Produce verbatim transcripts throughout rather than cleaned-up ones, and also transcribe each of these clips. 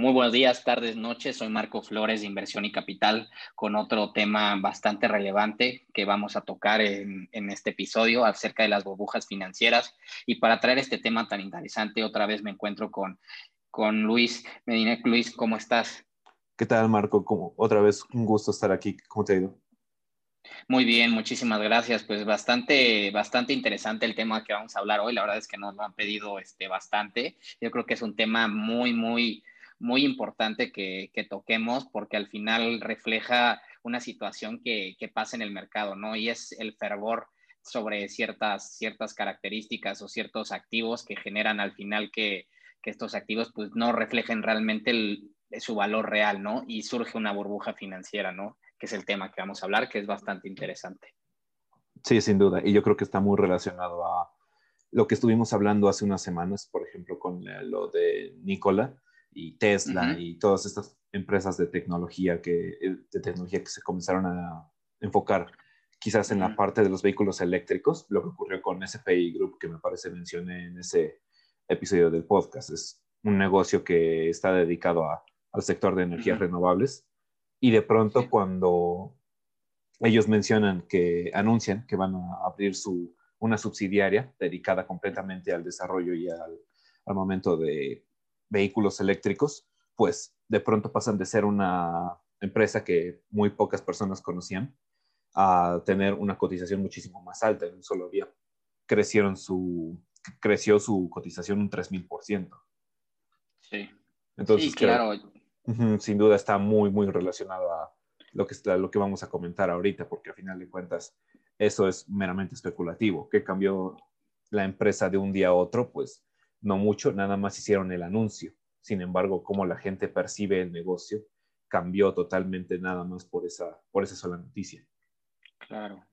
Muy buenos días, tardes, noches. Soy Marco Flores de Inversión y Capital con otro tema bastante relevante que vamos a tocar en, en este episodio acerca de las burbujas financieras. Y para traer este tema tan interesante, otra vez me encuentro con, con Luis Medina. Luis, ¿cómo estás? ¿Qué tal, Marco? Como otra vez un gusto estar aquí. ¿Cómo te ha ido? Muy bien, muchísimas gracias. Pues bastante, bastante interesante el tema que vamos a hablar hoy. La verdad es que nos lo han pedido este, bastante. Yo creo que es un tema muy, muy, muy importante que, que toquemos porque al final refleja una situación que, que pasa en el mercado, ¿no? Y es el fervor sobre ciertas, ciertas características o ciertos activos que generan al final que, que estos activos pues no reflejen realmente el, su valor real, ¿no? Y surge una burbuja financiera, ¿no? Que es el tema que vamos a hablar, que es bastante interesante. Sí, sin duda. Y yo creo que está muy relacionado a lo que estuvimos hablando hace unas semanas, por ejemplo, con eh, lo de Nikola y Tesla Uh-huh. y todas estas empresas de tecnología que, eh, de tecnología que se comenzaron a enfocar quizás en la Uh-huh. parte de los vehículos eléctricos, lo que ocurrió con S P I Group, que me parece mencioné en ese episodio del podcast. Es un negocio que está dedicado a, al sector de energías Uh-huh. renovables. Y de Sí. pronto cuando ellos mencionan que anuncian que van a abrir su, una subsidiaria dedicada completamente al desarrollo y al, al momento de vehículos eléctricos, pues de pronto pasan de ser una empresa que muy pocas personas conocían a tener una cotización muchísimo más alta en un solo día. Crecieron su, creció su cotización un tres mil por ciento. Sí. Sí, Entonces creo, claro. uh-huh, sin duda está muy, muy relacionado a lo que, está, lo que vamos a comentar ahorita, porque al final de cuentas eso es meramente especulativo. ¿Qué cambió la empresa de un día a otro? Pues no mucho, nada más hicieron el anuncio. Sin embargo, cómo la gente percibe el negocio cambió totalmente nada más por esa, por esa sola noticia. Claro.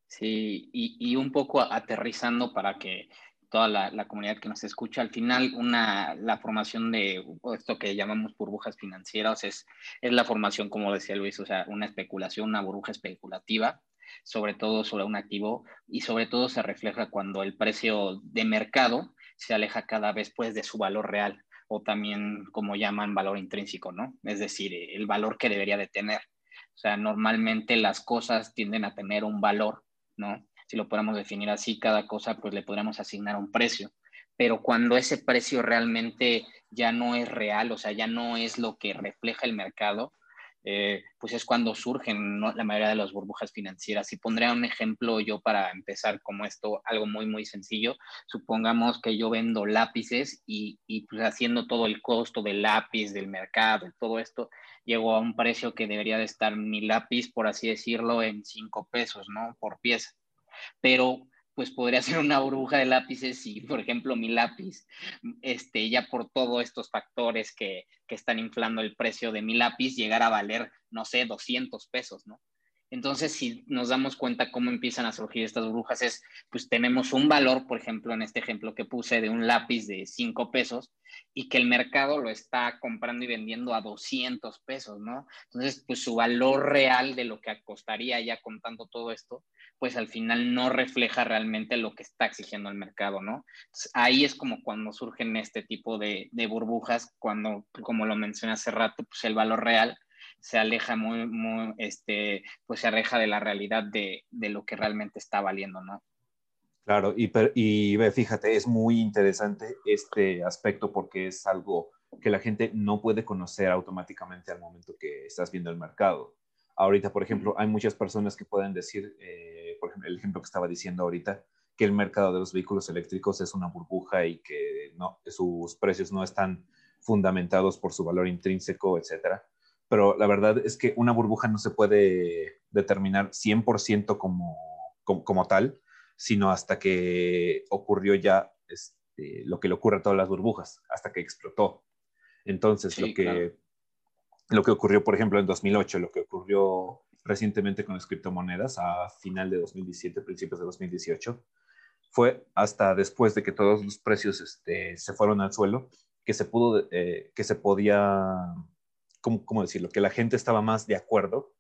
Sí, y, y un poco aterrizando para que toda la, la comunidad que nos escucha, al final una, la formación de esto que llamamos burbujas financieras es, es la formación, como decía Luis, o sea, una especulación, una burbuja especulativa, sobre todo sobre un activo, y sobre todo se refleja cuando el precio de mercado se aleja cada vez pues de su valor real, o también como llaman valor intrínseco, ¿no? Es decir, el valor que debería de tener. O sea, normalmente las cosas tienden a tener un valor, ¿no? Si lo podemos definir así, cada cosa pues le podríamos asignar un precio. Pero cuando ese precio realmente ya no es real, o sea, ya no es lo que refleja el mercado, eh, pues es cuando surgen, ¿no?, la mayoría de las burbujas financieras. Y pondré un ejemplo yo para empezar como esto, algo muy, muy sencillo. Supongamos que yo vendo lápices y, y pues haciendo todo el costo del lápiz, del mercado, todo esto, llegó a un precio que debería de estar mi lápiz, por así decirlo, en cinco pesos, ¿no? Por pieza. Pero pues podría ser una burbuja de lápices si, por ejemplo, mi lápiz, este, ya por todos estos factores que, que están inflando el precio de mi lápiz, llegara a valer, no sé, doscientos pesos, ¿no? Entonces, si nos damos cuenta cómo empiezan a surgir estas burbujas, es, pues tenemos un valor, por ejemplo, en este ejemplo que puse de un lápiz de cinco pesos y que el mercado lo está comprando y vendiendo a doscientos pesos, ¿no? Entonces, pues su valor real de lo que costaría ya contando todo esto, pues al final no refleja realmente lo que está exigiendo el mercado, ¿no? Entonces, ahí es como cuando surgen este tipo de, de burbujas, cuando, como lo mencioné hace rato, pues el valor real se aleja muy, muy, este, pues se aleja de la realidad de, de lo que realmente está valiendo, ¿no? Claro, y, y fíjate, es muy interesante este aspecto porque es algo que la gente no puede conocer automáticamente al momento que estás viendo el mercado. Ahorita, por ejemplo, hay muchas personas que pueden decir, eh, por ejemplo, el ejemplo que estaba diciendo ahorita, que el mercado de los vehículos eléctricos es una burbuja y que no, sus precios no están fundamentados por su valor intrínseco, etcétera. Pero la verdad es que una burbuja no se puede determinar cien por ciento como, como, como tal, sino hasta que ocurrió ya este, lo que le ocurre a todas las burbujas, hasta que explotó. Entonces, lo Sí, claro. que, lo que ocurrió, por ejemplo, en dos mil ocho, lo que ocurrió recientemente con las criptomonedas a final de dos mil diecisiete, principios de dos mil dieciocho, fue hasta después de que todos los precios este, se fueron al suelo, que se pudo, eh, que se podía, ¿cómo, cómo decirlo? Que la gente estaba más de acuerdo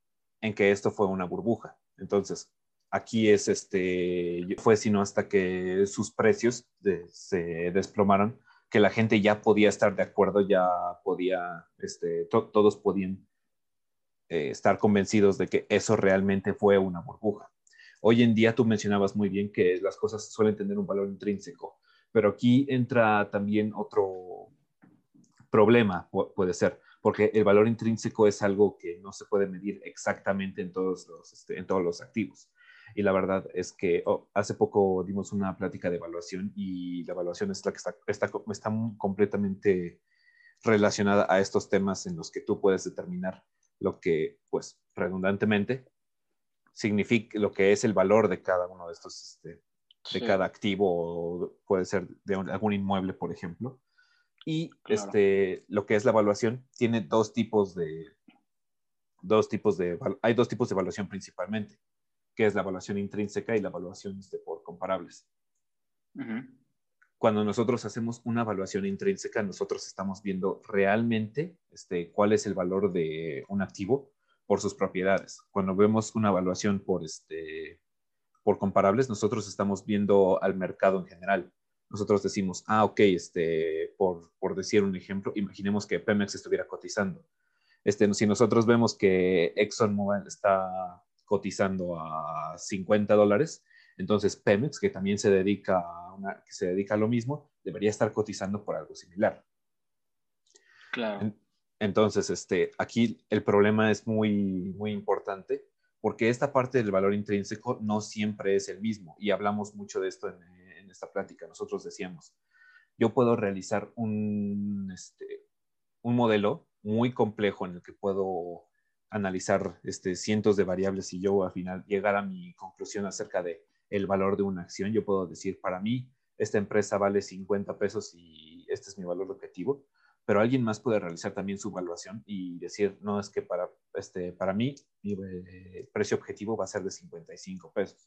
en que esto fue una burbuja. Entonces, aquí es este, fue sino hasta que sus precios de, se desplomaron que la gente ya podía estar de acuerdo, ya podía, este, to todos podían eh, estar convencidos de que eso realmente fue una burbuja. Hoy en día tú mencionabas muy bien que las cosas suelen tener un valor intrínseco, pero aquí entra también otro problema, puede ser, porque el valor intrínseco es algo que no se puede medir exactamente en todos los, este, en todos los activos. Y la verdad es que oh, hace poco dimos una plática de evaluación y la evaluación es la que está, está, está completamente relacionada a estos temas en los que tú puedes determinar lo que, pues, redundantemente, significa lo que es el valor de cada uno de estos, este, de Sí, cada activo, o puede ser de un, algún inmueble, por ejemplo. Y claro. este, lo que es la evaluación tiene dos tipos de, dos tipos de, hay dos tipos de evaluación principalmente, que es la evaluación intrínseca y la evaluación este, por comparables. Uh-huh. Cuando nosotros hacemos una evaluación intrínseca, nosotros estamos viendo realmente este, cuál es el valor de un activo por sus propiedades. Cuando vemos una evaluación por, este, por comparables, nosotros estamos viendo al mercado en general. Nosotros decimos, ah, ok, este, por, por decir un ejemplo, imaginemos que Pemex estuviera cotizando. Este, si nosotros vemos que ExxonMobil está cotizando a cincuenta dólares, entonces Pemex, que también se dedica a, una, que se dedica a lo mismo, debería estar cotizando por algo similar. Claro. En, entonces, este, aquí el problema es muy, muy importante porque esta parte del valor intrínseco no siempre es el mismo y hablamos mucho de esto en, en esta plática. Nosotros decíamos, yo puedo realizar un, este, un modelo muy complejo en el que puedo analizar este, cientos de variables y yo al final llegar a mi conclusión acerca de el valor de una acción. Yo puedo decir, para mí, esta empresa vale cincuenta pesos y este es mi valor objetivo, pero alguien más puede realizar también su evaluación y decir, no, es que para, este, para mí mi eh, precio objetivo va a ser de cincuenta y cinco pesos.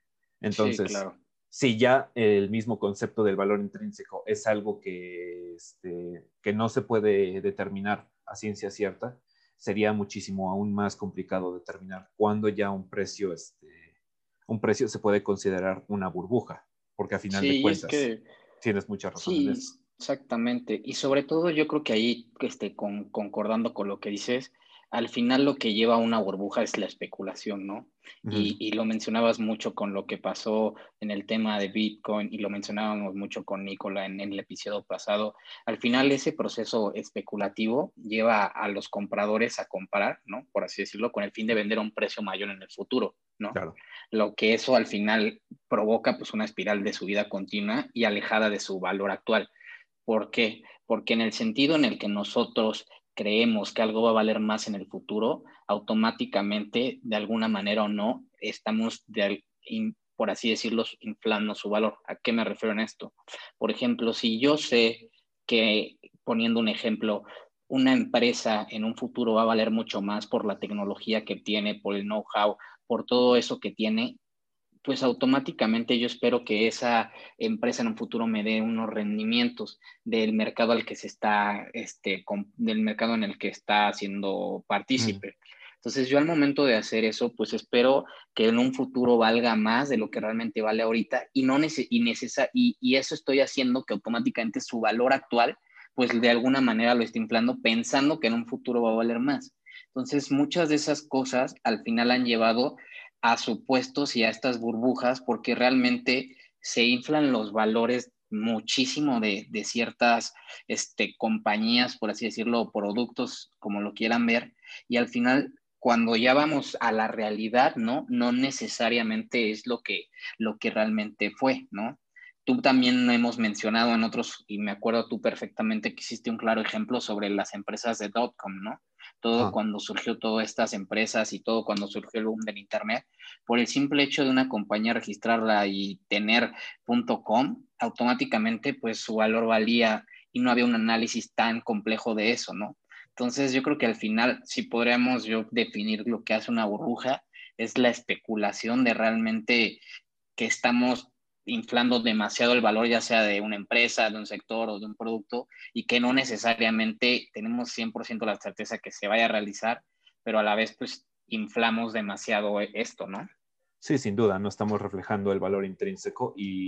Sí, Entonces, claro. si ya el mismo concepto del valor intrínseco es algo que, este, que no se puede determinar a ciencia cierta, sería muchísimo aún más complicado determinar cuándo ya un precio, este, un precio se puede considerar una burbuja, porque a final de Sí, y es cuentas que tienes mucha razón en sí, eso. exactamente. Y sobre todo yo creo que ahí, este, con, concordando con lo que dices, al final lo que lleva a una burbuja es la especulación, ¿no? Uh Y, -huh. y lo mencionabas mucho con lo que pasó en el tema de Bitcoin y lo mencionábamos mucho con Nicola en, en el episodio pasado. Al final ese proceso especulativo lleva a los compradores a comprar, ¿no? Por así decirlo, con el fin de vender a un precio mayor en el futuro, ¿no? Claro. Lo que eso al final provoca pues una espiral de subida continua y alejada de su valor actual. ¿Por qué? Porque en el sentido en el que nosotros creemos que algo va a valer más en el futuro, automáticamente, de alguna manera o no, estamos, de, por así decirlo, inflando su valor. ¿A qué me refiero en esto? Por ejemplo, si yo sé que, poniendo un ejemplo, una empresa en un futuro va a valer mucho más por la tecnología que tiene, por el know-how, por todo eso que tiene, pues automáticamente yo espero que esa empresa en un futuro me dé unos rendimientos del mercado al que se está, este, con, del mercado en el que está siendo Uh -huh. partícipe. Entonces yo al momento de hacer eso, pues espero que en un futuro valga más de lo que realmente vale ahorita y, no nece y, necesa y, y eso estoy haciendo que automáticamente su valor actual, pues de alguna manera lo esté inflando pensando que en un futuro va a valer más. Entonces muchas de esas cosas al final han llevado a supuestos y a estas burbujas porque realmente se inflan los valores muchísimo de, de ciertas este, compañías, por así decirlo, productos, como lo quieran ver, y al final cuando ya vamos a la realidad, ¿no? No necesariamente es lo que, lo que realmente fue, ¿no? Tú también hemos mencionado en otros, y me acuerdo tú perfectamente que hiciste un claro ejemplo sobre las empresas de dot-com, ¿no? Todo Ajá. cuando surgió todas estas empresas y todo cuando surgió el boom del Internet, por el simple hecho de una compañía registrarla y tener .com, automáticamente pues su valor valía y no había un análisis tan complejo de eso, ¿no? Entonces yo creo que al final, si podríamos yo definir lo que hace una burbuja, es la especulación de realmente que estamos inflando demasiado el valor, ya sea de una empresa, de un sector o de un producto, y que no necesariamente tenemos cien por ciento la certeza que se vaya a realizar, pero a la vez pues inflamos demasiado esto, ¿no? Sí, sin duda, no estamos reflejando el valor intrínseco y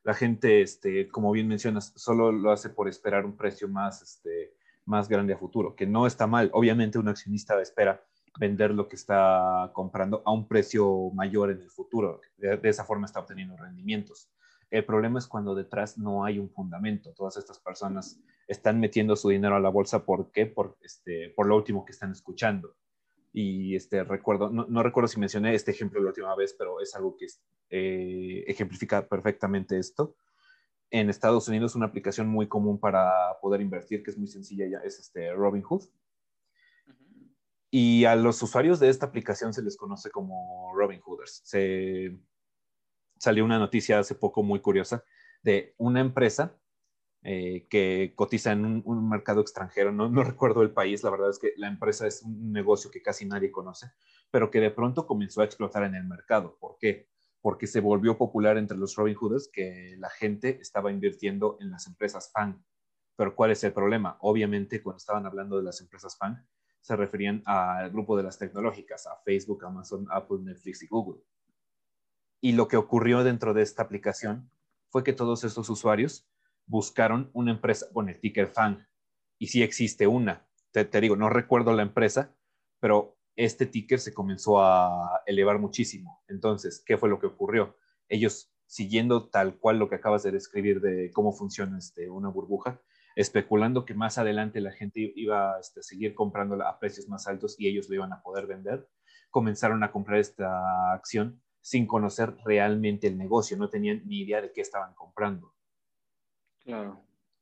La gente, este, como bien mencionas, solo lo hace por esperar un precio más, este, más grande a futuro, que no está mal. Obviamente un accionista espera vender lo que está comprando a un precio mayor en el futuro. De, de esa forma está obteniendo rendimientos. El problema es cuando detrás no hay un fundamento. Todas estas personas están metiendo su dinero a la bolsa. ¿Por qué? Por, este, por lo último que están escuchando. Y este, recuerdo, no, no recuerdo si mencioné este ejemplo la última vez, pero es algo que eh, ejemplifica perfectamente esto. En Estados Unidos una aplicación muy común para poder invertir, que es muy sencilla, ya, es este Robinhood. Uh-huh. Y a los usuarios de esta aplicación se les conoce como Robinhooders. Se salió una noticia hace poco muy curiosa de una empresa eh, que cotiza en un, un mercado extranjero. No, no recuerdo el país, la verdad es que la empresa es un negocio que casi nadie conoce, pero que de pronto comenzó a explotar en el mercado. ¿Por qué? Porque se volvió popular entre los Robinhooders que la gente estaba invirtiendo en las empresas fan. Pero ¿cuál es el problema? Obviamente, cuando estaban hablando de las empresas fan, se referían al grupo de las tecnológicas, a Facebook, Amazon, Apple, Netflix y Google. Y lo que ocurrió dentro de esta aplicación fue que todos estos usuarios buscaron una empresa con el ticker fan. Y sí existe una. Te, te digo, no recuerdo la empresa, pero este ticker se comenzó a elevar muchísimo. Entonces, ¿qué fue lo que ocurrió? Ellos, siguiendo tal cual lo que acabas de describir de cómo funciona este, una burbuja, especulando que más adelante la gente iba a este, seguir comprándola a precios más altos y ellos lo iban a poder vender, comenzaron a comprar esta acción sin conocer realmente el negocio, no tenían ni idea de qué estaban comprando. Claro.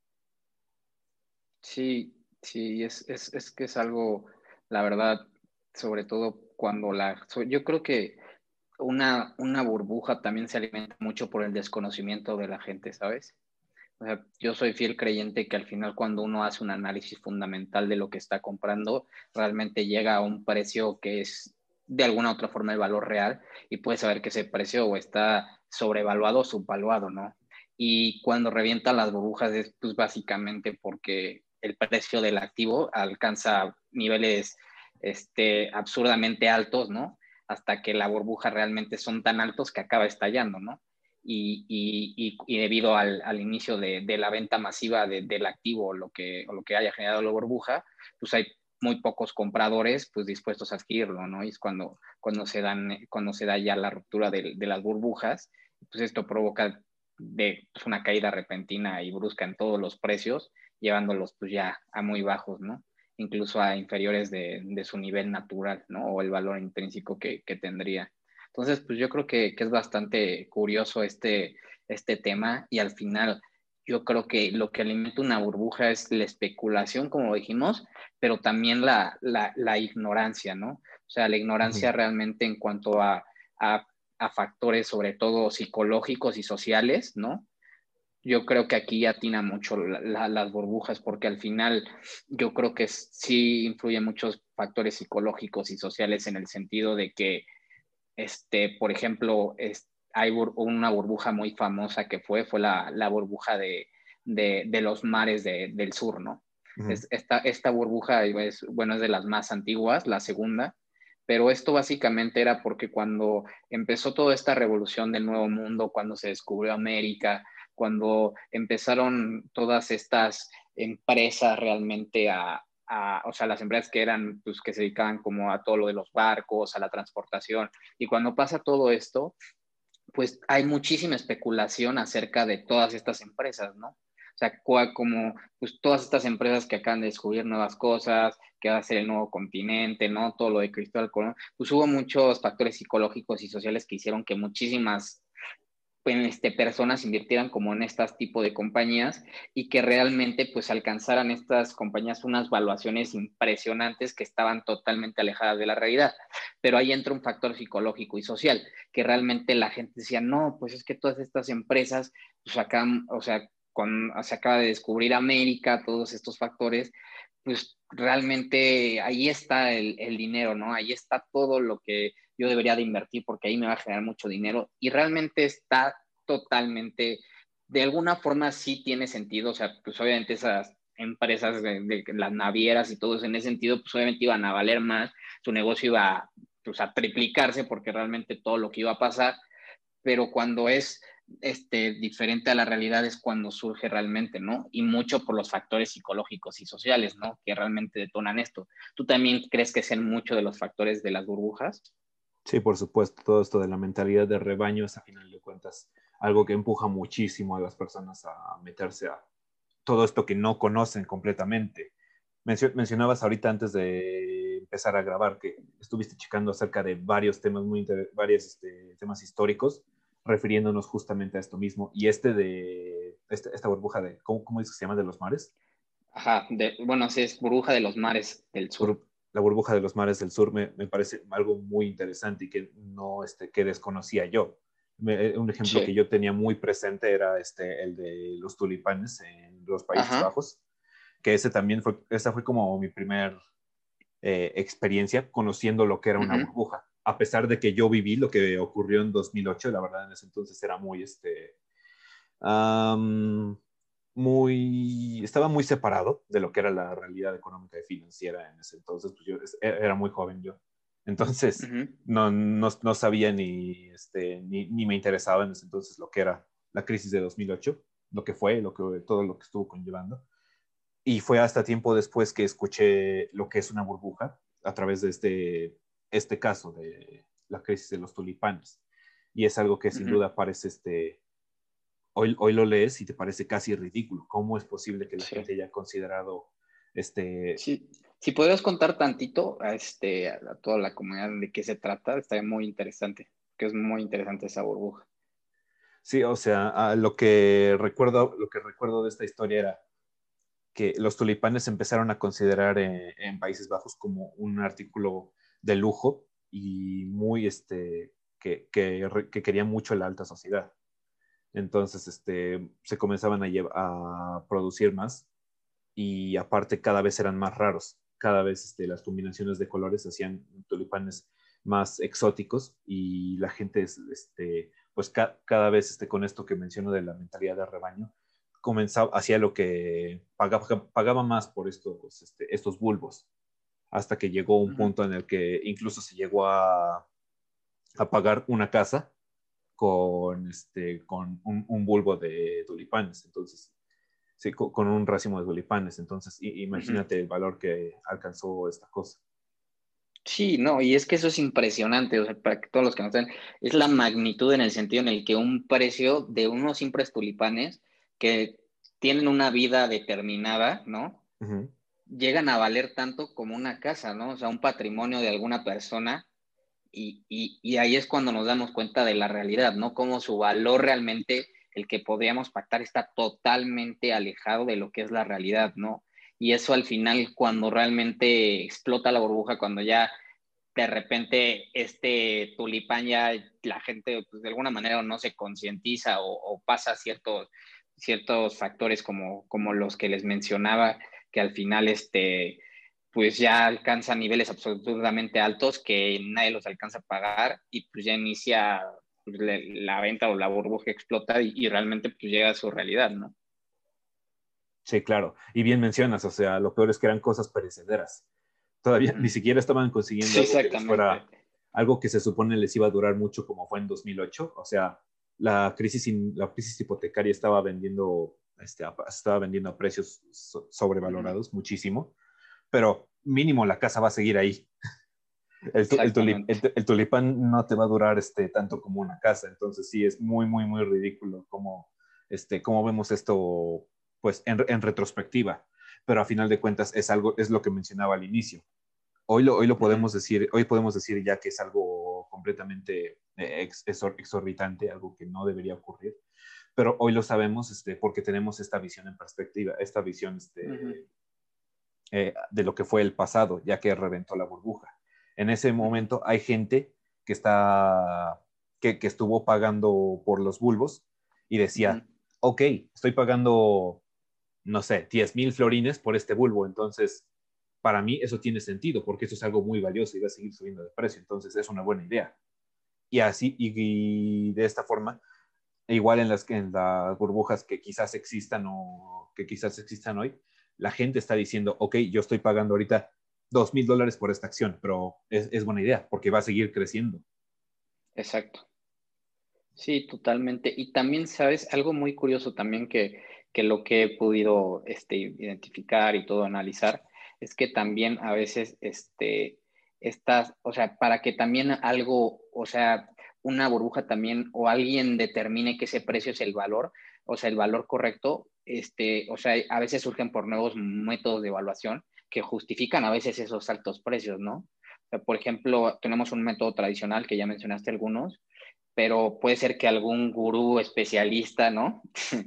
Sí, sí, es, es, es que es algo, la verdad, sobre todo cuando la... Yo creo que una, una burbuja también se alimenta mucho por el desconocimiento de la gente, ¿sabes? O sea, yo soy fiel creyente que al final cuando uno hace un análisis fundamental de lo que está comprando, realmente llega a un precio que es de alguna u otra forma el valor real y puedes saber que ese precio o está sobrevaluado o subvaluado, ¿no? Y cuando revientan las burbujas es pues básicamente porque el precio del activo alcanza niveles este, absurdamente altos, ¿no? Hasta que la burbuja realmente son tan altos que acaba estallando, ¿no? Y, y, y, debido al, al inicio de, de, la venta masiva de, del activo o lo, que, o lo que haya generado la burbuja, pues hay muy pocos compradores pues dispuestos a adquirirlo, ¿no? Y es cuando, cuando, se, dan, cuando se da ya la ruptura de, de las burbujas, pues esto provoca de, pues una caída repentina y brusca en todos los precios, llevándolos pues ya a muy bajos, ¿no? Incluso a inferiores de, de su nivel natural, ¿no? O el valor intrínseco que, que tendría. Entonces, pues yo creo que, que es bastante curioso este, este tema y al final yo creo que lo que alimenta una burbuja es la especulación, como dijimos, pero también la, la, la ignorancia, ¿no? O sea, la ignorancia uh-huh. realmente en cuanto a, a, a factores sobre todo psicológicos y sociales, ¿no? Yo creo que aquí atina mucho la, la, las burbujas porque al final yo creo que sí influyen muchos factores psicológicos y sociales en el sentido de que este, por ejemplo, es, hay bur una burbuja muy famosa que fue, fue la, la burbuja de, de, de los mares de, del sur, ¿no? Uh-huh. es, esta, esta burbuja es, bueno, es de las más antiguas, la segunda, pero esto básicamente era porque cuando empezó toda esta revolución del Nuevo Mundo, cuando se descubrió América, cuando empezaron todas estas empresas realmente a, A, o sea, las empresas que eran, pues, que se dedicaban como a todo lo de los barcos, a la transportación. Y cuando pasa todo esto, pues hay muchísima especulación acerca de todas estas empresas, ¿no? O sea, como pues, todas estas empresas que acaban de descubrir nuevas cosas, que va a ser el nuevo continente, ¿no? Todo lo de Cristóbal Colón, pues hubo muchos factores psicológicos y sociales que hicieron que muchísimas este, personas invirtieran como en estas tipo de compañías y que realmente pues alcanzaran estas compañías unas valuaciones impresionantes que estaban totalmente alejadas de la realidad. Pero ahí entra un factor psicológico y social, que realmente la gente decía, no, pues es que todas estas empresas, pues acá, o sea, con, se acaba de descubrir América, todos estos factores, pues realmente ahí está el, el dinero, ¿no? Ahí está todo lo que yo debería de invertir porque ahí me va a generar mucho dinero y realmente está totalmente, de alguna forma sí tiene sentido, o sea, pues obviamente esas empresas de, de las navieras y todo eso en ese sentido, pues obviamente iban a valer más, su negocio iba pues, a triplicarse porque realmente todo lo que iba a pasar, pero cuando es este, diferente a la realidad es cuando surge realmente, ¿no? Y mucho por los factores psicológicos y sociales, ¿no? Que realmente detonan esto. ¿Tú también crees que sean mucho de los factores de las burbujas? Sí, por supuesto, todo esto de la mentalidad de rebaño es a final de cuentas algo que empuja muchísimo a las personas a meterse a todo esto que no conocen completamente. Mencio- mencionabas ahorita antes de empezar a grabar que estuviste checando acerca de varios temas muy inter- varios este, temas históricos, refiriéndonos justamente a esto mismo. Y este de este, esta burbuja de, ¿cómo, cómo es que se llama? De los mares. Ajá, de, bueno, sí, es burbuja de los mares del sur. Bur- la burbuja de los mares del sur me, me parece algo muy interesante y que no este, que desconocía yo. Me- un ejemplo que Sí. yo tenía muy presente era este, el de los tulipanes en los Países Ajá. Bajos, que ese también fue, esa fue como mi primer eh, experiencia conociendo lo que era una Uh-huh. burbuja. A pesar de que yo viví lo que ocurrió en dos mil ocho, la verdad en ese entonces era muy, este, um, muy, estaba muy separado de lo que era la realidad económica y financiera en ese entonces, pues yo era muy joven yo. Entonces, Uh-huh. no, no, no sabía ni, este, ni, ni me interesaba en ese entonces lo que era la crisis de dos mil ocho, lo que fue, lo que, todo lo que estuvo conllevando. Y fue hasta tiempo después que escuché lo que es una burbuja a través de este, este caso de la crisis de los tulipanes. Y es algo que sin Uh-huh. duda parece, este, hoy, hoy lo lees y te parece casi ridículo. ¿Cómo es posible que la Sí. gente haya considerado este... Sí. Si podrías contar tantito a, este, a toda la comunidad de qué se trata, estaría muy interesante, que es muy interesante esa burbuja. Sí, o sea, a lo que recuerdo, lo que recuerdo de esta historia era que los tulipanes se empezaron a considerar en, en Países Bajos como un artículo de lujo y muy, este, que, que, que quería mucho la alta sociedad. Entonces, este, se comenzaban a, llevar, a producir más y aparte cada vez eran más raros. Cada vez este, las combinaciones de colores hacían tulipanes más exóticos y la gente, este, pues ca cada vez este, con esto que menciono de la mentalidad de rebaño, comenzaba, hacía lo que pagaba, pagaba más por estos, este, estos bulbos, hasta que llegó un Uh-huh. punto en el que incluso se llegó a, a pagar una casa con, este, con un, un bulbo de tulipanes. Entonces, sí, con, con un racimo de tulipanes. Entonces, i- Uh-huh. imagínate el valor que alcanzó esta cosa. Sí, no, y es que eso es impresionante, o sea, para que todos los que nos están, es la magnitud en el sentido en el que un precio de unos simples tulipanes que tienen una vida determinada, ¿no? Uh -huh. Llegan a valer tanto como una casa, ¿no? O sea, un patrimonio de alguna persona y, y, y ahí es cuando nos damos cuenta de la realidad, ¿no? Cómo su valor realmente, el que podríamos pactar, está totalmente alejado de lo que es la realidad, ¿no? Y eso al final, cuando realmente explota la burbuja, cuando ya de repente este tulipán ya la gente pues, de alguna manera no se concientiza o, o, pasa ciertos, ciertos factores como, como los que les mencionaba, que al final este, pues ya alcanza niveles absolutamente altos que nadie los alcanza a pagar y pues ya inicia pues, la venta o la burbuja explota y, y realmente pues llega a su realidad, ¿no? Sí, claro. Y bien mencionas, o sea, lo peor es que eran cosas perecederas. Todavía Uh ni -huh. siquiera estaban consiguiendo Sí, algo que les exactamente. fuera, algo que se supone les iba a durar mucho como fue en dos mil ocho. O sea, la crisis, la crisis hipotecaria estaba vendiendo, este, estaba vendiendo a precios sobrevalorados uh -huh. muchísimo, pero mínimo la casa va a seguir ahí. El, el, tulip, el, el, tulipán no te va a durar este, tanto como una casa, entonces sí, es muy, muy, muy ridículo cómo, este, cómo vemos esto pues en, en retrospectiva, pero a final de cuentas es algo, es lo que mencionaba al inicio. Hoy lo, hoy lo podemos uh -huh. decir, hoy podemos decir ya que es algo completamente ex, exorbitante, algo que no debería ocurrir, pero hoy lo sabemos este, porque tenemos esta visión en perspectiva, esta visión este, uh -huh. eh, de lo que fue el pasado, ya que reventó la burbuja. En ese momento uh -huh. hay gente que, está, que, que estuvo pagando por los bulbos y decía, uh -huh. ok, estoy pagando, no sé, diez mil florines por este bulbo, entonces para mí eso tiene sentido porque eso es algo muy valioso y va a seguir subiendo de precio, entonces es una buena idea. Y así, y, y de esta forma, igual en las, en las burbujas que quizás existan o que quizás existan hoy, la gente está diciendo, ok, yo estoy pagando ahorita dos mil dólares por esta acción, pero es, es buena idea porque va a seguir creciendo. Exacto. Sí, totalmente. Y también, ¿sabes? Algo muy curioso también que, que lo que he podido este, identificar y todo analizar, es que también a veces, este, estas, o sea, para que también algo, o sea, una burbuja también o alguien determine que ese precio es el valor, o sea, el valor correcto, este, o sea, a veces surgen por nuevos métodos de evaluación que justifican a veces esos altos precios, ¿no? O sea, por ejemplo, tenemos un método tradicional que ya mencionaste algunos, pero puede ser que algún gurú especialista, ¿no?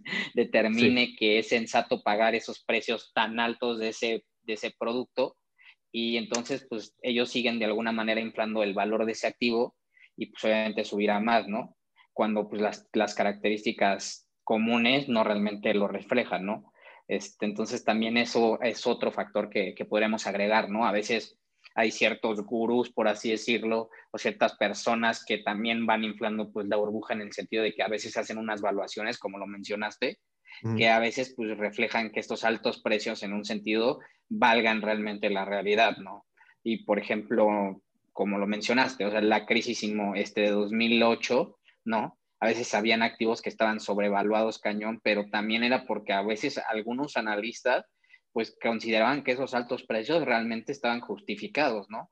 Sí, determine que es sensato pagar esos precios tan altos de ese, de ese producto y entonces pues ellos siguen de alguna manera inflando el valor de ese activo y pues obviamente subirá más, ¿no? Cuando pues las, las características comunes no realmente lo reflejan, ¿no? Este, entonces también eso es otro factor que, que podríamos agregar, ¿no? A veces hay ciertos gurús, por así decirlo, o ciertas personas que también van inflando pues la burbuja en el sentido de que a veces hacen unas valuaciones, como lo mencionaste, ujú, que a veces pues reflejan que estos altos precios en un sentido valgan realmente la realidad, ¿no? Y por ejemplo, como lo mencionaste, o sea, la crisis este de dos mil ocho, ¿no? A veces habían activos que estaban sobrevaluados cañón, pero también era porque a veces algunos analistas pues consideraban que esos altos precios realmente estaban justificados, ¿no?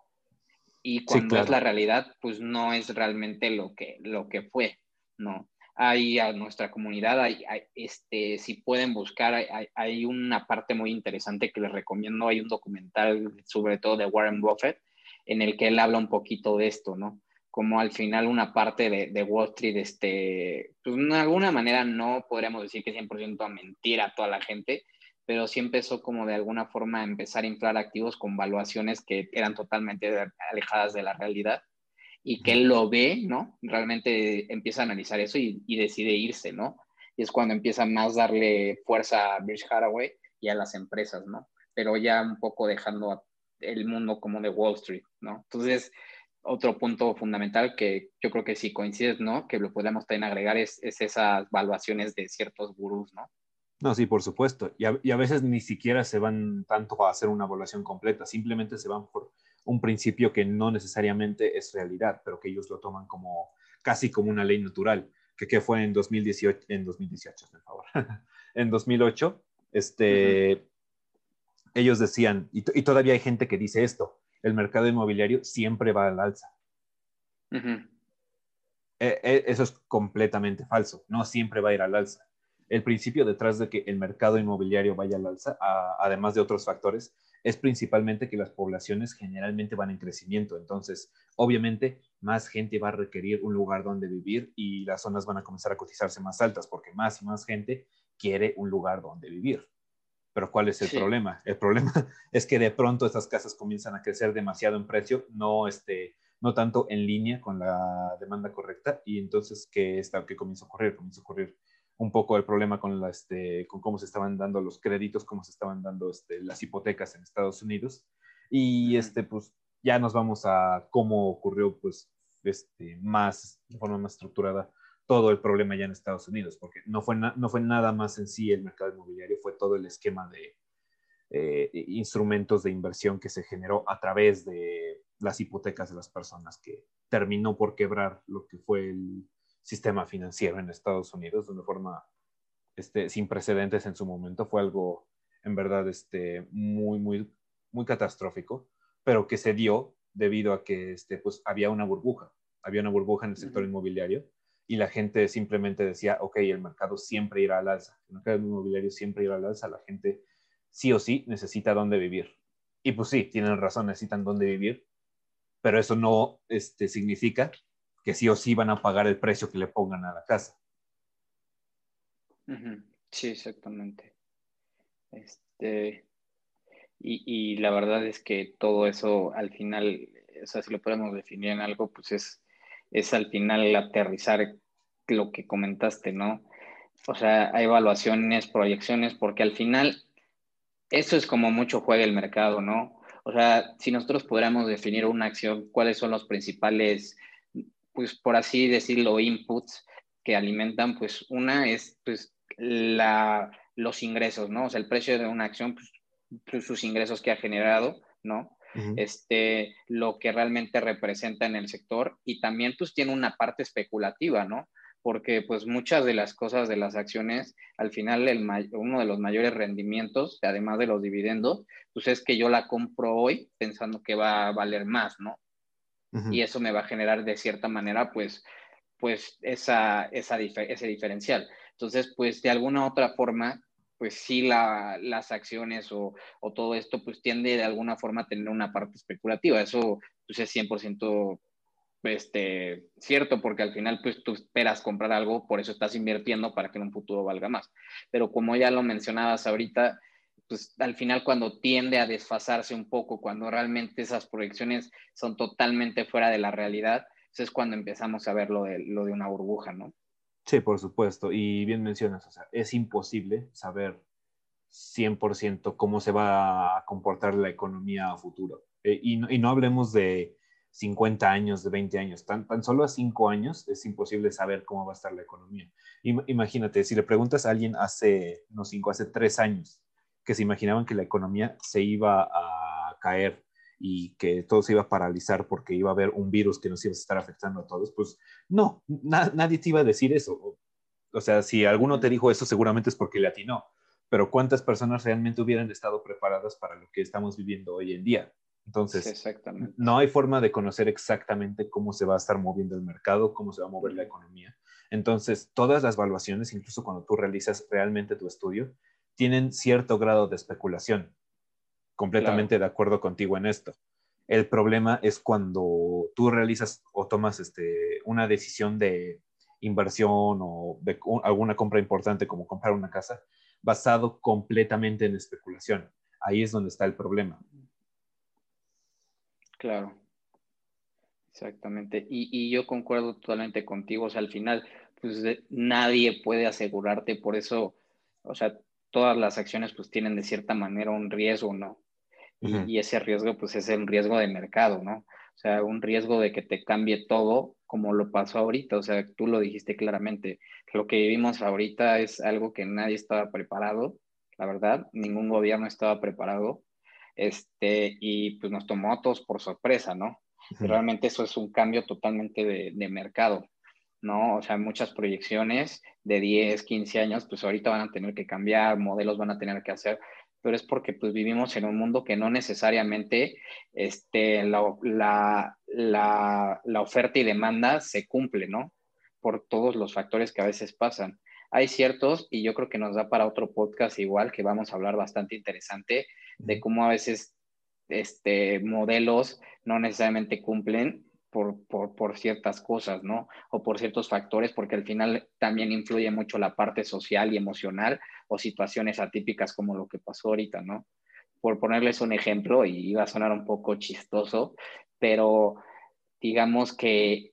Y sí, cuando es la claro. realidad, pues no es realmente lo que, lo que fue, ¿no? Hay a nuestra comunidad, hay, hay, este, si pueden buscar, hay, hay, una parte muy interesante que les recomiendo, hay un documental sobre todo de Warren Buffett, en el que él habla un poquito de esto, ¿no? Como al final una parte de, de Wall Street, este, pues de alguna manera no podríamos decir que cien por ciento mentira a toda la gente, pero sí empezó como de alguna forma a empezar a inflar activos con valuaciones que eran totalmente alejadas de la realidad y que Ujú. él lo ve, ¿no? Realmente empieza a analizar eso y, y decide irse, ¿no? Y es cuando empieza más a darle fuerza a Berkshire Hathaway y a las empresas, ¿no? Pero ya un poco dejando el mundo como de Wall Street, ¿no? Entonces, otro punto fundamental que yo creo que si coincides, ¿no? Que lo podemos también agregar es, es esas valuaciones de ciertos gurús, ¿no? No, sí, por supuesto. Y a, y a veces ni siquiera se van tanto a hacer una evaluación completa, simplemente se van por un principio que no necesariamente es realidad, pero que ellos lo toman como casi como una ley natural, que, que fue en dos mil dieciocho, en dos mil dieciocho, por favor, en dos mil ocho, Uh -huh. este, ellos decían, y, y todavía hay gente que dice esto, el mercado inmobiliario siempre va al alza. Uh -huh. Eh, eh, eso es completamente falso, no siempre va a ir al alza. El principio detrás de que el mercado inmobiliario vaya al alza, a, además de otros factores, es principalmente que las poblaciones generalmente van en crecimiento. Entonces, obviamente, más gente va a requerir un lugar donde vivir y las zonas van a comenzar a cotizarse más altas porque más y más gente quiere un lugar donde vivir. Pero ¿cuál es el Sí, problema? El problema es que de pronto estas casas comienzan a crecer demasiado en precio, no, este, no tanto en línea con la demanda correcta, y entonces, ¿qué, está, qué comienza a ocurrir? Comienza a ocurrir un poco el problema con, la, este, con cómo se estaban dando los créditos, cómo se estaban dando este, las hipotecas en Estados Unidos, uh y -huh. este, pues ya nos vamos a cómo ocurrió pues, este, más, de forma más estructurada todo el problema ya en Estados Unidos, porque no fue, na no fue nada más en sí el mercado inmobiliario, fue todo el esquema de eh, instrumentos de inversión que se generó a través de las hipotecas de las personas, que terminó por quebrar lo que fue el sistema financiero en Estados Unidos de una forma este, sin precedentes en su momento. Fue algo en verdad este, muy, muy, muy catastrófico, pero que se dio debido a que este, pues, había una burbuja, había una burbuja en el Uh sector -huh. inmobiliario y la gente simplemente decía, ok, el mercado siempre irá al alza, el mercado inmobiliario siempre irá al alza, la gente sí o sí necesita dónde vivir. Y pues sí, tienen razón, necesitan dónde vivir, pero eso no este, significa que sí o sí van a pagar el precio que le pongan a la casa. Uh -huh. Sí, exactamente. Este, y, y la verdad es que todo eso al final, o sea, si lo podemos definir en algo, pues es, es al final aterrizar lo que comentaste, ¿no? O sea, hay evaluaciones, proyecciones, porque al final eso es como mucho juega el mercado, ¿no? O sea, si nosotros pudiéramos definir una acción, ¿cuáles son los principales, pues por así decirlo, inputs que alimentan? Pues una es pues la, los ingresos, ¿no? O sea, el precio de una acción, pues, pues sus ingresos que ha generado, ¿no? Uh -huh. Este, lo que realmente representa en el sector y también pues tiene una parte especulativa, ¿no? porque pues muchas de las cosas de las acciones, al final el uno de los mayores rendimientos, además de los dividendos, pues es que yo la compro hoy pensando que va a valer más, ¿no? Uh-huh. Y eso me va a generar de cierta manera, pues, pues esa, esa ese diferencial. Entonces, pues de alguna otra forma, pues sí la, las acciones o, o todo esto, pues tiende de alguna forma a tener una parte especulativa. Eso pues es cien por ciento este, cierto, porque al final pues tú esperas comprar algo, por eso estás invirtiendo para que en un futuro valga más. Pero como ya lo mencionabas ahorita, pues al final cuando tiende a desfasarse un poco, cuando realmente esas proyecciones son totalmente fuera de la realidad, pues es cuando empezamos a ver lo de, lo de una burbuja, ¿no? Sí, por supuesto. Y bien mencionas, o sea, es imposible saber cien por ciento cómo se va a comportar la economía a futuro. Eh, y, no, y no hablemos de cincuenta años, de veinte años, tan, tan solo a cinco años es imposible saber cómo va a estar la economía. Imagínate, si le preguntas a alguien hace, no cinco, hace tres años, que se imaginaban que la economía se iba a caer y que todo se iba a paralizar porque iba a haber un virus que nos iba a estar afectando a todos, pues no, na nadie te iba a decir eso. O sea, si alguno te dijo eso, seguramente es porque le atinó. Pero ¿cuántas personas realmente hubieran estado preparadas para lo que estamos viviendo hoy en día? Entonces, sí, no hay forma de conocer exactamente cómo se va a estar moviendo el mercado, cómo se va a mover la economía. Entonces, todas las evaluaciones, incluso cuando tú realizas realmente tu estudio, tienen cierto grado de especulación. Completamente claro. De acuerdo contigo en esto. El problema es cuando tú realizas o tomas este, una decisión de inversión o de alguna compra importante como comprar una casa, basado completamente en especulación. Ahí es donde está el problema. Claro. Exactamente. Y, y yo concuerdo totalmente contigo. O sea, al final, pues de, nadie puede asegurarte. Por eso, o sea, todas las acciones pues tienen de cierta manera un riesgo, ¿no? Y, uh-huh. y ese riesgo pues es el riesgo de mercado, ¿no? O sea, un riesgo de que te cambie todo como lo pasó ahorita. O sea, tú lo dijiste claramente. Lo que vivimos ahorita es algo que nadie estaba preparado, la verdad. Ningún gobierno estaba preparado. Este, y pues nos tomó a todos por sorpresa, ¿no? Uh-huh. Y realmente eso es un cambio totalmente de, de mercado, ¿no? O sea, muchas proyecciones de diez, quince años, pues ahorita van a tener que cambiar, modelos van a tener que hacer, pero es porque pues vivimos en un mundo que no necesariamente este, la, la, la, la oferta y demanda se cumple, ¿no? Por todos los factores que a veces pasan. Hay ciertos, y yo creo que nos da para otro podcast igual, que vamos a hablar bastante interesante, de cómo a veces este, modelos no necesariamente cumplen por, por, por ciertas cosas, ¿no? O por ciertos factores, porque al final también influye mucho la parte social y emocional o situaciones atípicas como lo que pasó ahorita, ¿no? Por ponerles un ejemplo, y iba a sonar un poco chistoso, pero digamos que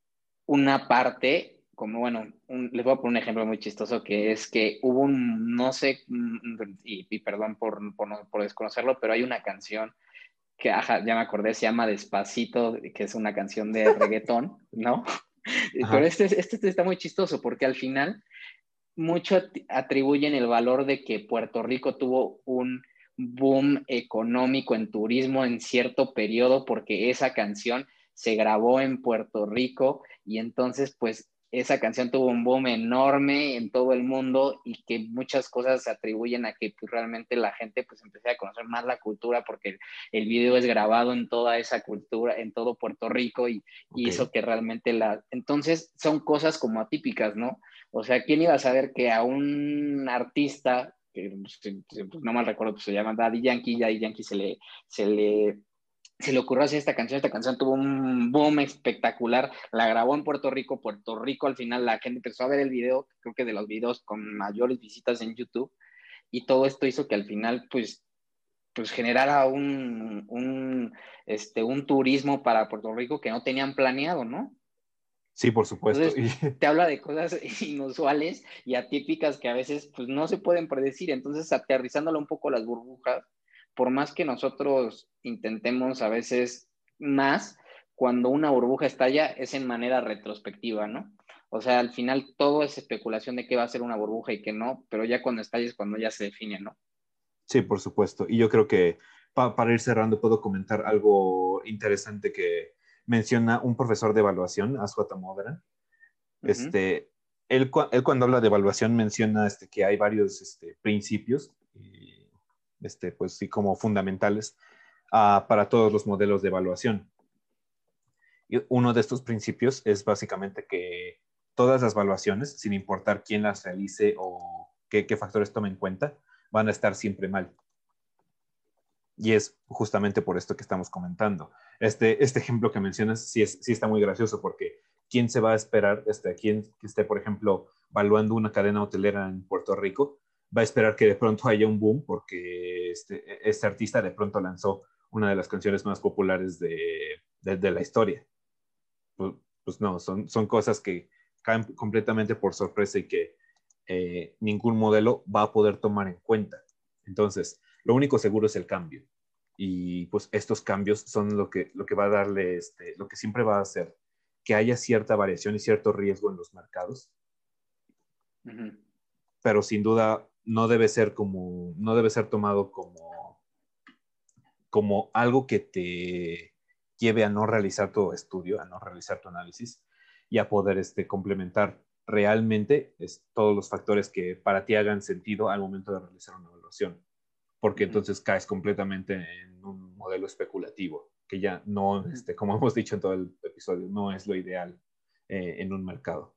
una parte, como bueno, un, les voy a poner un ejemplo muy chistoso, que es que hubo un, no sé, y, y perdón por, por, por desconocerlo, pero hay una canción que, ajá, ya me acordé, se llama Despacito, que es una canción de reggaetón, ¿no? Ajá. Pero este, este está muy chistoso porque al final mucho atribuyen el valor de que Puerto Rico tuvo un boom económico en turismo en cierto periodo porque esa canción se grabó en Puerto Rico y entonces pues esa canción tuvo un boom enorme en todo el mundo y que muchas cosas se atribuyen a que pues, realmente la gente pues empecé a conocer más la cultura porque el, el video es grabado en toda esa cultura, en todo Puerto Rico y, okay. y hizo que realmente la... Entonces son cosas como atípicas, ¿no? O sea, ¿quién iba a saber que a un artista, que pues, no mal recuerdo, pues se llama Daddy Yankee, Daddy Yankee se le, se le se le ocurrió hacer esta canción, esta canción tuvo un boom espectacular, la grabó en Puerto Rico, Puerto Rico al final la gente empezó a ver el video, creo que de los videos con mayores visitas en YouTube, y todo esto hizo que al final pues, pues generara un, un, este, un turismo para Puerto Rico que no tenían planeado, ¿no? Sí, por supuesto. Entonces, te habla de cosas inusuales y atípicas que a veces pues, no se pueden predecir, entonces aterrizándolo un poco las burbujas, por más que nosotros intentemos a veces más, cuando una burbuja estalla es en manera retrospectiva, ¿no? O sea, al final todo es especulación de qué va a ser una burbuja y qué no, pero ya cuando estalla es cuando ya se define, ¿no? Sí, por supuesto. Y yo creo que pa para ir cerrando puedo comentar algo interesante que menciona un profesor de evaluación, Aswata Modera. Uh-huh. Este, él, él cuando habla de evaluación menciona este, que hay varios este, principios, y, este, pues sí, como fundamentales uh, para todos los modelos de evaluación. Y uno de estos principios es básicamente que todas las evaluaciones, sin importar quién las realice o qué, qué factores tome en cuenta, van a estar siempre mal. Y es justamente por esto que estamos comentando. Este, este ejemplo que mencionas sí, es, sí está muy gracioso porque ¿quién se va a esperar? Este, ¿quién que esté, por ejemplo, evaluando una cadena hotelera en Puerto Rico? Va a esperar que de pronto haya un boom porque este, este artista de pronto lanzó una de las canciones más populares de, de, de la historia. Pues, pues no, son, son cosas que caen completamente por sorpresa y que eh, ningún modelo va a poder tomar en cuenta. Entonces, lo único seguro es el cambio. Y pues estos cambios son lo que, lo que va a darle, este, lo que siempre va a hacer que haya cierta variación y cierto riesgo en los mercados. Uh-huh. Pero sin duda no debe ser como, no debe ser tomado como, como algo que te lleve a no realizar tu estudio, a no realizar tu análisis y a poder este, complementar realmente es, todos los factores que para ti hagan sentido al momento de realizar una evaluación. Porque uh-huh. entonces caes completamente en un modelo especulativo, que ya no, este, como hemos dicho en todo el episodio, no es lo ideal eh, en un mercado.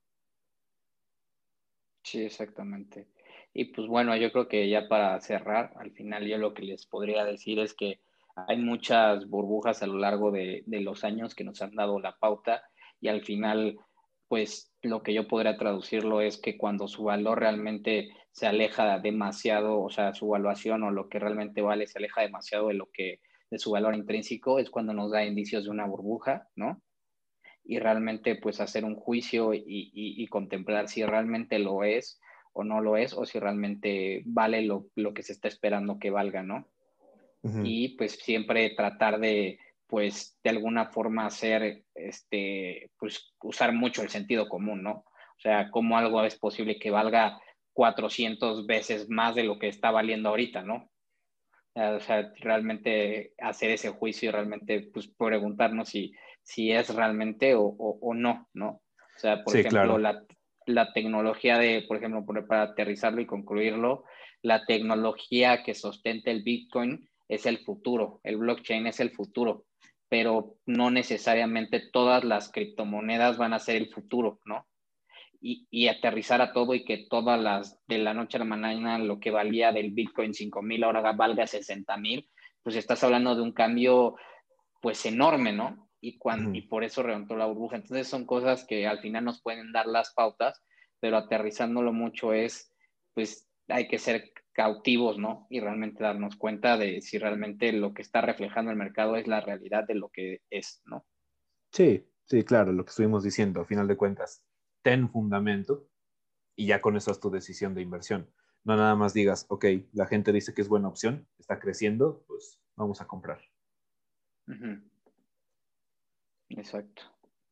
Sí, exactamente. Y pues bueno, yo creo que ya para cerrar, al final yo lo que les podría decir es que hay muchas burbujas a lo largo de, de los años que nos han dado la pauta y al final, pues lo que yo podría traducirlo es que cuando su valor realmente se aleja demasiado, o sea, su evaluación o lo que realmente vale se aleja demasiado de lo que, de su valor intrínseco, es cuando nos da indicios de una burbuja, ¿no? Y realmente pues hacer un juicio y, y, y contemplar si realmente lo es o no lo es, o si realmente vale lo, lo que se está esperando que valga, ¿no? Uh-huh. Y pues siempre tratar de, pues de alguna forma hacer, este, pues usar mucho el sentido común, ¿no? O sea, cómo algo es posible que valga cuatrocientas veces más de lo que está valiendo ahorita, ¿no? O sea, realmente hacer ese juicio y realmente pues preguntarnos si, si es realmente o, o, o no, ¿no? O sea, por sí, ejemplo, claro. la, la tecnología de, por ejemplo, para aterrizarlo y concluirlo, la tecnología que sostenta el Bitcoin es el futuro, el blockchain es el futuro, pero no necesariamente todas las criptomonedas van a ser el futuro, ¿no? Y, y aterrizar a todo y que todas las, de la noche a la mañana, lo que valía del Bitcoin cinco mil ahora valga sesenta mil, pues estás hablando de un cambio pues enorme, ¿no? Y, cuando, uh-huh. y por eso reventó la burbuja. Entonces son cosas que al final nos pueden dar las pautas, pero aterrizándolo mucho es, pues hay que ser cautivos, ¿no? Y realmente darnos cuenta de si realmente lo que está reflejando el mercado es la realidad de lo que es, ¿no? Sí, sí, claro, lo que estuvimos diciendo, a final de cuentas, ten fundamento y ya con eso es tu decisión de inversión. No nada más digas, ok, la gente dice que es buena opción, está creciendo, pues vamos a comprar. Uh-huh. Exacto.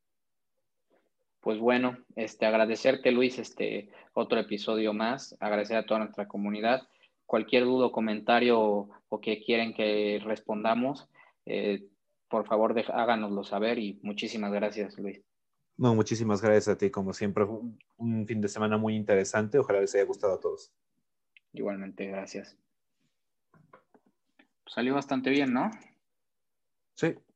Pues bueno, este, agradecerte, Luis, este otro episodio más, agradecer a toda nuestra comunidad. Cualquier duda o comentario o, o que quieren que respondamos, eh, por favor, de, háganoslo saber y muchísimas gracias, Luis. No, muchísimas gracias a ti, como siempre, un, un fin de semana muy interesante, ojalá les haya gustado a todos. Igualmente, gracias. Salió bastante bien, ¿no? Sí.